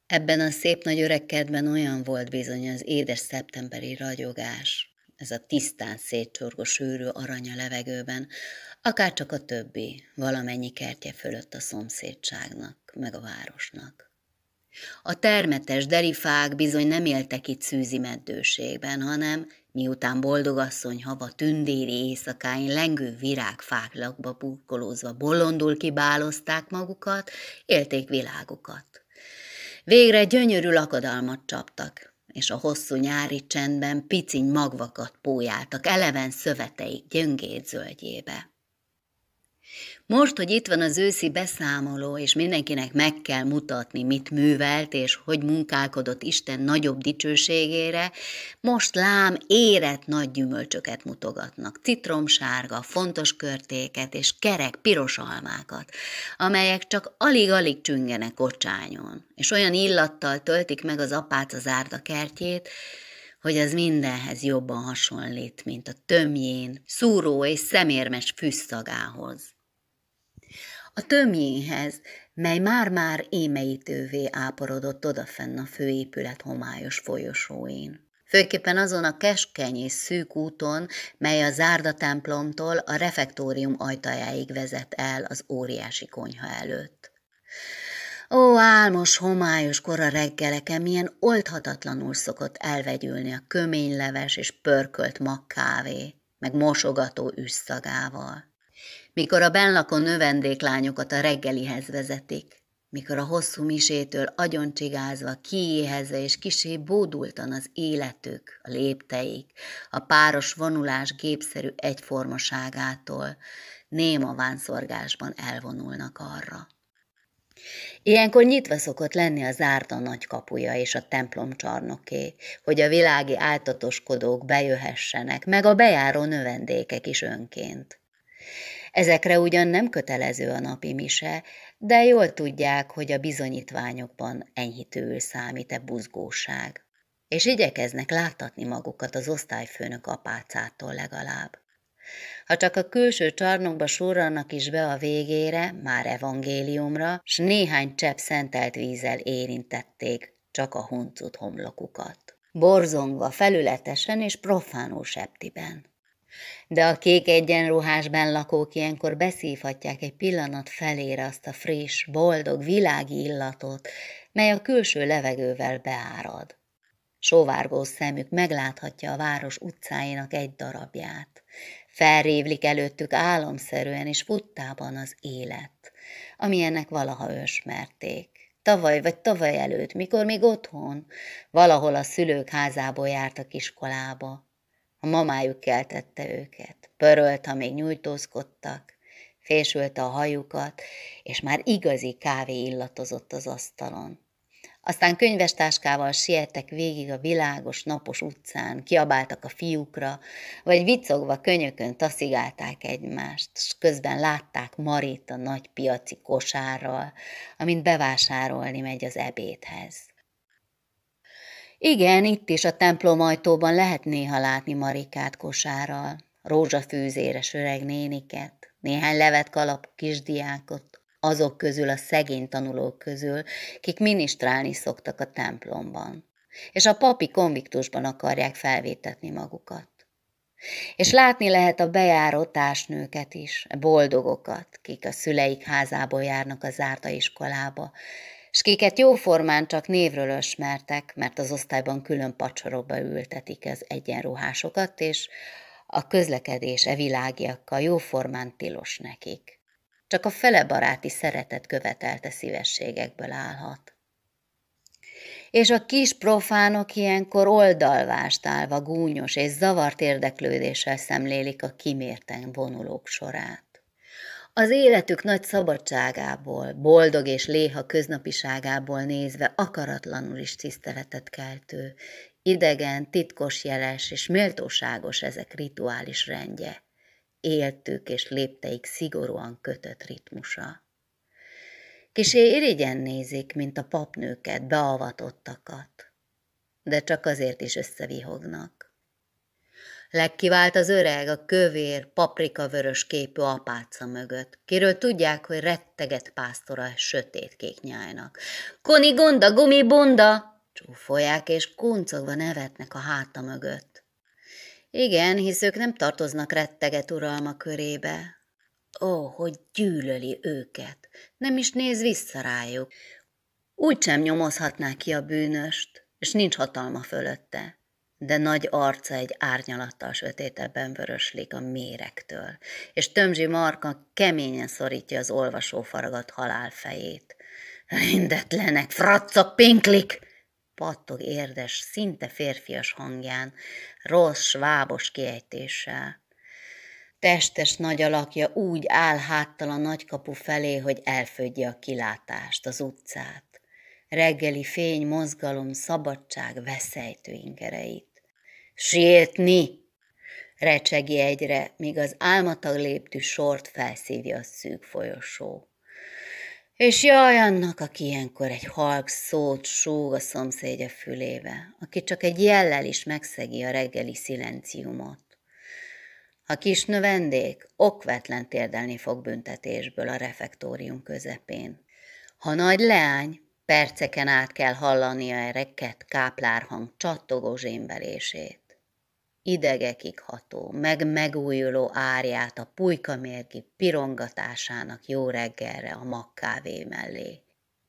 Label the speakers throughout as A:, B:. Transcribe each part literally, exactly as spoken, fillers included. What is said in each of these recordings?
A: Ebben a szép nagy öregkedben olyan volt bizony az édes szeptemberi ragyogás, ez a tisztán szétcsorgó sűrű arany a levegőben, akárcsak a többi, valamennyi kertje fölött a szomszédságnak, meg a városnak. A termetes derifák bizony nem éltek itt szűzi meddőségben, hanem miután boldogasszony hava tündéri éjszakáin lengő virágfáklakba burkolózva bolondul kibálozták magukat, élték világukat. Végre gyönyörű lakodalmat csaptak, és a hosszú nyári csendben piciny magvakat pólyáltak eleven szöveteik gyöngéd zöldjébe. Most, hogy itt van az őszi beszámoló, és mindenkinek meg kell mutatni, mit művelt, és hogy munkálkodott Isten nagyobb dicsőségére, most lám érett nagy gyümölcsöket mutogatnak, citromsárga, fontos körtéket és kerek piros almákat, amelyek csak alig-alig csüngenek kocsányon, és olyan illattal töltik meg az apáca zárda kertjét, hogy az mindenhez jobban hasonlít, mint a tömjén, szúró és szemérmes fűszagához. A tömjénhez, mely már-már émeítővé áporodott odafenn a főépület homályos folyosóin. Főképpen azon a keskeny és szűk úton, mely a zárda templomtól a refektórium ajtajáig vezet el az óriási konyha előtt. Ó, álmos, homályos kora reggeleken milyen oldhatatlanul szokott elvegyülni a köményleves és pörkölt magkávé, meg mosogató üsszagával. Mikor a bennlakó növendéklányokat a reggelihez vezetik, mikor a hosszú misétől agyoncsigázva, kiéhezve és kisé bódultan az életük, a lépteik, a páros vonulás gépszerű egyformaságától néma vánszorgásban elvonulnak arra. Ilyenkor nyitva szokott lenni a zárda nagy kapuja és a templom csarnoké, hogy a világi áltatoskodók bejöhessenek, meg a bejáró növendékek is önként. Ezekre ugyan nem kötelező a napi mise, de jól tudják, hogy a bizonyítványokban enyhítőül számít e buzgóság, és igyekeznek láttatni magukat az osztályfőnök apácától legalább. Ha csak a külső csarnokba sorrannak is be a végére, már evangéliumra, s néhány csepp szentelt vízzel érintették csak a huncut homlokukat, borzongva felületesen és profánul septiben. De a kék egyenruhás bennlakók ilyenkor beszívhatják egy pillanat felére azt a friss, boldog, világi illatot, mely a külső levegővel beárad. Sóvárgó szemük megláthatja a város utcáinak egy darabját. Felrévlik előttük álomszerűen és futtában az élet, amilyennek valaha ősmerték. Tavaly vagy tavaly előtt, mikor még otthon, valahol a szülők házából jártak iskolába. A mamájuk keltette őket, pörölt, ha még nyújtózkodtak, fésülte a hajukat, és már igazi kávé illatozott az asztalon. Aztán könyvestáskával siettek végig a világos, napos utcán, kiabáltak a fiúkra, vagy viccogva könyökön taszigálták egymást, s közben látták Marit a nagy piaci kosárral, amint bevásárolni megy az ebédhez. Igen, itt is a templom ajtóban lehet néha látni Marikát kosárral, rózsafűzéres öreg néniket, néhány levet kalapú kisdiákot, azok közül a szegény tanulók közül, kik minisztrálni szoktak a templomban, és a papi konviktusban akarják felvétetni magukat. És látni lehet a bejáró társnőket is, boldogokat, kik a szüleik házából járnak a zárda iskolába, s kiket jóformán csak névről ösmertek, mert az osztályban külön pacsorokba ültetik az egyenruhásokat, és a közlekedés e világiakkal jóformán tilos nekik. Csak a fele baráti szeretet követelte szívességekből állhat. És a kis profánok ilyenkor oldalvást állva gúnyos és zavart érdeklődéssel szemlélik a kimérten vonulók sorát. Az életük nagy szabadságából, boldog és léha köznapiságából nézve akaratlanul is tiszteletet keltő, idegen, titkos jeles és méltóságos ezek rituális rendje, éltük és lépteik szigorúan kötött ritmusa. Kissé irigyen nézik, mint a papnőket, beavatottakat, de csak azért is összevihognak. Legkivált az öreg a kövér, paprikavörös képű apáca mögött, kiről tudják, hogy retteget pásztora a sötétkék nyájnak. Kunigonda, gumibunda! Csúfolják, és kuncogva nevetnek a háta mögött. Igen, hisz ők nem tartoznak retteget uralma körébe. Ó, hogy gyűlöli őket, nem is néz vissza rájuk. Úgysem nyomozhatná ki a bűnöst, és nincs hatalma fölötte. De nagy arca egy árnyalattal sötétebben vöröslik a méregtől, és tömzsi marka keményen szorítja az olvasófaragat halálfejét. Rindetlenek, fracok, pinklik! Pattog érdes, szinte férfias hangján, rossz, svábos kiejtéssel. Testes nagy alakja úgy áll háttal a nagykapu felé, hogy elfödje a kilátást, az utcát. Reggeli fény, mozgalom, szabadság veszejtő ingereit. Sietni! Recsegi egyre, míg az álmatag léptű sort felszívja a szűk folyosó. És jaj annak, aki ilyenkor egy halk szót súg a szomszédja fülébe, aki csak egy jellel is megszegi a reggeli szilenciumot. A kis növendék okvetlen térdelni fog büntetésből a refektórium közepén. Ha nagy leány, perceken át kell hallania a rekett káplárhang csattogó zsémbelését. Idegekig ható, meg megújuló árját a pulykamérgi pirongatásának jó reggelre a magkávé mellé.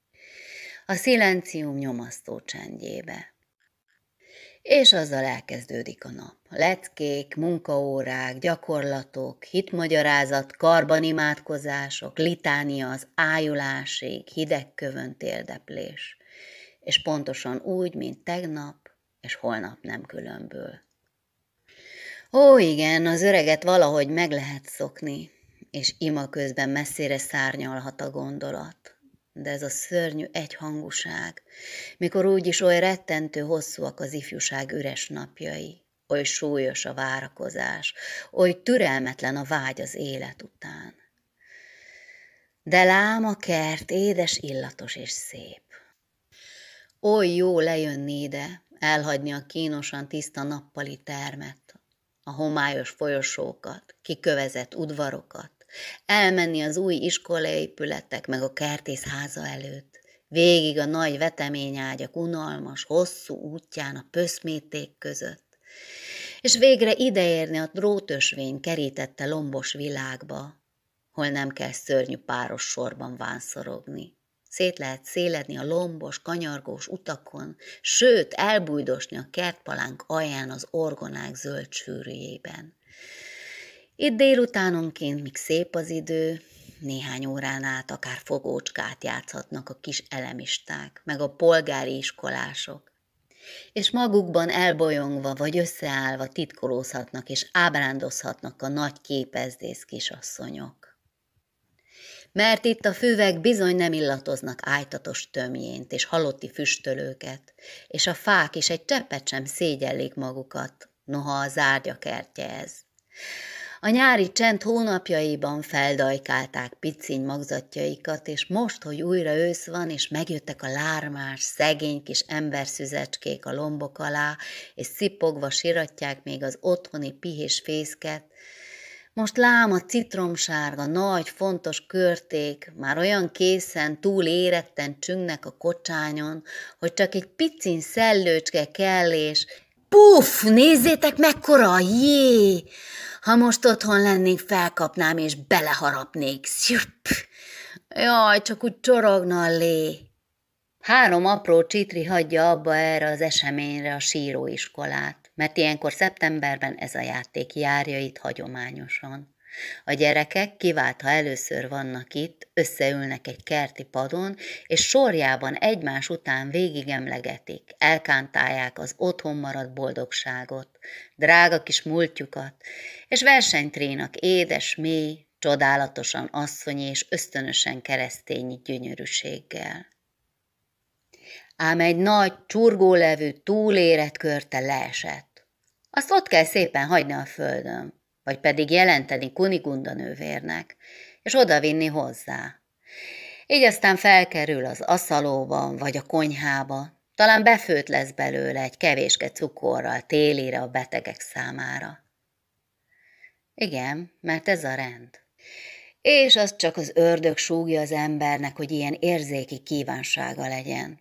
A: A szilencium nyomasztó csendjébe. És azzal elkezdődik a nap. Leckék, munkaórák, gyakorlatok, hitmagyarázat, karbanimádkozások, litánia az ájulásig, hidegkövön térdeplés. És pontosan úgy, mint tegnap, és holnap nem különből. Ó, igen, az öreget valahogy meg lehet szokni, és ima közben messzire szárnyalhat a gondolat. De ez a szörnyű egyhangúság, mikor úgyis oly rettentő hosszúak az ifjúság üres napjai, oly súlyos a várakozás, oly türelmetlen a vágy az élet után. De lám a kert édes, illatos és szép. Oly jó lejönni ide, elhagyni a kínosan tiszta nappali termet, a homályos folyosókat, kikövezett udvarokat, elmenni az új iskolaépületek meg a kertészháza előtt, végig a nagy veteményágyak unalmas, hosszú útján a pöszméték között, és végre ideérni a drótösvény kerítette lombos világba, hol nem kell szörnyű páros sorban vánszorogni. Szét lehet széledni a lombos, kanyargós utakon, sőt, elbújdosni a kertpalánk alján az orgonák zöld sűrűjében. Itt délutánonként, míg szép az idő, néhány órán át akár fogócskát játszhatnak a kis elemisták, meg a polgári iskolások, és magukban elbolyongva vagy összeállva titkolózhatnak és ábrándozhatnak a nagy képezdész kisasszonyok. Mert itt a füvek bizony nem illatoznak ájtatos tömjént és halotti füstölőket, és a fák is egy cseppet sem szégyellik magukat, noha a zárgyakertje ez. A nyári csend hónapjaiban feldajkálták piciny magzatjaikat, és most, hogy újra ősz van, és megjöttek a lármás, szegény kis emberszüzecskék a lombok alá, és szipogva siratják még az otthoni pihés fészket, most lám a citromsárga, nagy, fontos körték már olyan készen, túl éretten csüngnek a kocsányon, hogy csak egy picin szellőcske kell, és puff, nézzétek mekkora, jé! Ha most otthon lennék, felkapnám és beleharapnék. Szjupp! Jaj, csak úgy csorogna a lé. Három apró csitri hagyja abba erre az eseményre a síróiskolát, mert ilyenkor szeptemberben ez a játék járja itt hagyományosan. A gyerekek, kivált, ha először vannak itt, összeülnek egy kerti padon, és sorjában egymás után végigemlegetik, elkántálják az otthon maradt boldogságot, drága kis múltjukat, és versenytrénak édes, mély, csodálatosan asszonyi és ösztönösen keresztényi gyönyörűséggel. Ám egy nagy, csurgólevű, túlérett körte leesett. Azt ott kell szépen hagyni a földön, vagy pedig jelenteni Kunigunda nővérnek, és odavinni hozzá. Így aztán felkerül az aszalóban, vagy a konyhába, talán befőtt lesz belőle egy kevéske cukorral télire a betegek számára. Igen, mert ez a rend. És az csak az ördög súgja az embernek, hogy ilyen érzéki kívánsága legyen.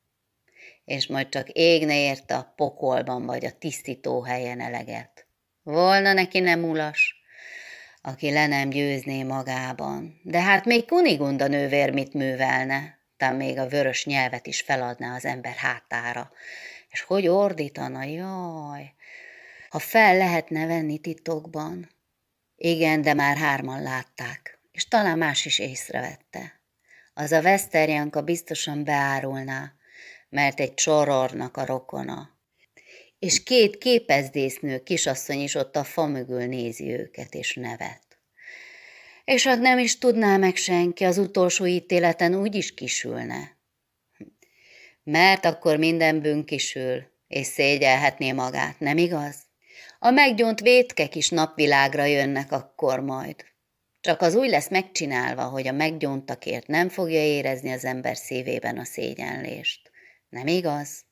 A: És majd csak égne érte a pokolban vagy a tisztító helyen eleget. Volna neki nem ulas, aki le nem győzné magában. De hát még Kunigunda nővér mit művelne? Talán még a vörös nyelvet is feladná az ember hátára. És hogy ordítana, jaj, ha fel lehetne venni titokban. Igen, de már hárman látták, és talán más is észrevette. Az a Veszterjanka biztosan beárulná, mert egy csorornak a rokona. És két képezdésznő kisasszony is ott a fa mögül nézi őket, és nevet. És hát nem is tudná meg senki, az utolsó ítéleten úgy is kisülne. Mert akkor minden bűnkisül, és szégyelhetné magát, nem igaz? A meggyónt vétkek is napvilágra jönnek akkor majd. Csak az úgy lesz megcsinálva, hogy a meggyóntakért nem fogja érezni az ember szívében a szégyenlést. Nem igaz?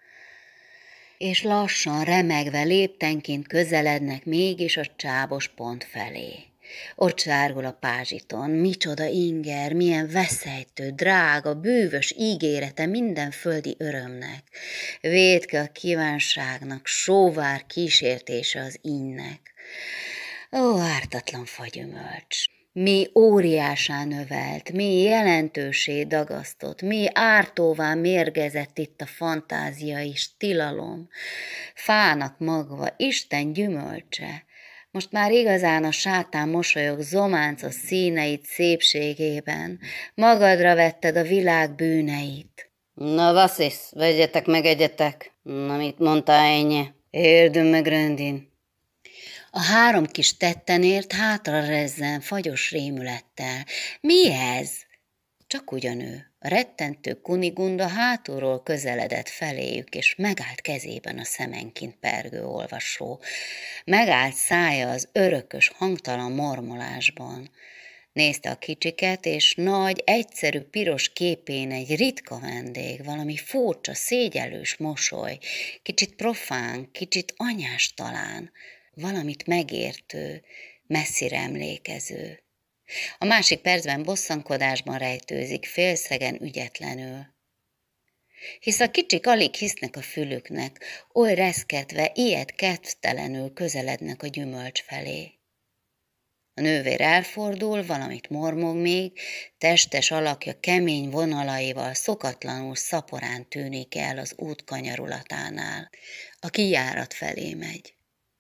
A: És lassan, remegve, léptenként közelednek mégis a csábos pont felé. Ott sárgul a pázsiton, micsoda inger, milyen veszejtő, drága, bűvös ígérete minden földi örömnek. Vétke a kívánságnak, sóvár kísértése az ínnek. Ó, ártatlan fagyümölcs! Mi óriásá növelt, mi jelentősé dagasztott, mi ártóvá mérgezett itt a fantázia és tilalom. Fának magva, Isten gyümölcse. Most már igazán a sátán mosolyog zománcos színeit szépségében. Magadra vetted a világ bűneit. Na, vasszisz, vegyetek meg egyetek. Na, mit mondtál ennyi? Érdem meg rendin. A három kis tettenért hátra rezzen fagyos rémülettel. Mi ez? Csak ugyan ő. A rettentő Kunigunda hátulról közeledett feléjük, és megállt kezében a szemenkint pergő olvasó. Megállt szája az örökös, hangtalan mormolásban. Nézte a kicsiket, és nagy, egyszerű piros képén egy ritka vendég, valami furcsa, szégyellős mosoly, kicsit profán, kicsit anyás talán, valamit megértő, messzire emlékező. A másik percben bosszankodásban rejtőzik, félszegen, ügyetlenül. Hisz a kicsik alig hisznek a fülüknek, oly reszketve, ilyet kedvtelenül közelednek a gyümölcs felé. A nővér elfordul, valamit mormog még, testes alakja kemény vonalaival szokatlanul szaporán tűnik el az út kanyarulatánál. A kijárat felé megy.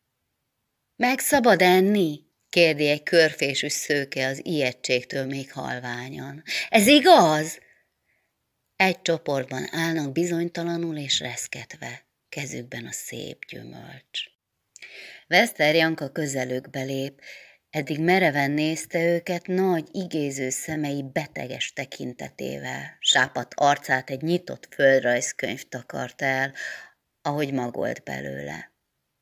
A: Meg szabad enni? Kérdi egy körfésű szőke az ijegységtől még halványan. Ez igaz? Egy csoportban állnak bizonytalanul és reszketve, kezükben a szép gyümölcs. Veszterjanka közelükbe lép, eddig mereven nézte őket nagy, igéző szemei beteges tekintetével. Sápadt arcát egy nyitott földrajzkönyv takart el, ahogy magolt belőle.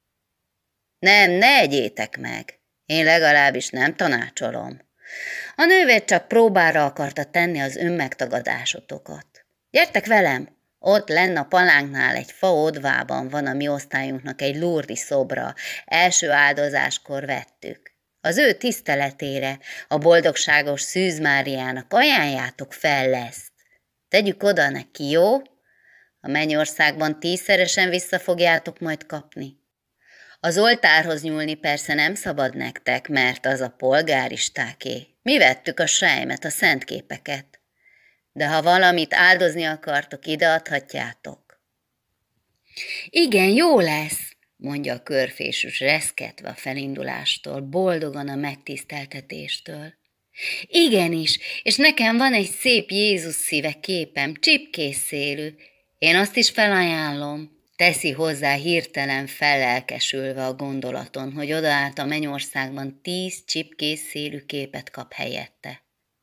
A: Nem, ne egyétek meg! Én legalábbis nem tanácsolom. A nővér csak próbára akarta tenni az önmegtagadásotokat. Gyertek velem! Ott lenn a palánknál egy fa odvában van a mi osztályunknak egy Lurdi szobra. Első áldozáskor vettük. Az ő tiszteletére, a boldogságos Szűz Máriának ajánljátok fel ezt. Tegyük oda neki, jó? A mennyországban tízszeresen vissza fogjátok majd kapni. Az oltárhoz nyúlni persze nem szabad nektek, mert az a polgáristáké. Mi vettük a sejmet, a szentképeket. De ha valamit áldozni akartok, ideadhatjátok. Igen, jó lesz, mondja a körfésűs reszketve a felindulástól, boldogan a megtiszteltetéstől. Igenis, és nekem van egy szép Jézus szíve képem, csipkés szélű. Én azt is felajánlom. Teszi hozzá hirtelen fellelkesülve a gondolaton, hogy odaállt a mennyországban tíz csipkés szélű képet kap helyette.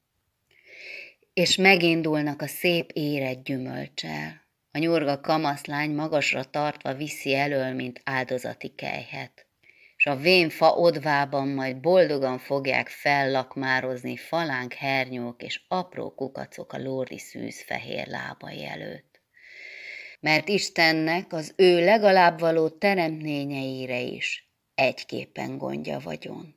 A: És megindulnak a szép érett gyümölccsel. A nyurga kamaszlány magasra tartva viszi elől, mint áldozati kelyhet. És a vén fa odvában majd boldogan fogják fellakmározni falánk hernyók és apró kukacok a Lurdi szűz fehér lábai előtt. Mert Istennek az ő legalább való teremtményeire is egyképpen gondja vagyon.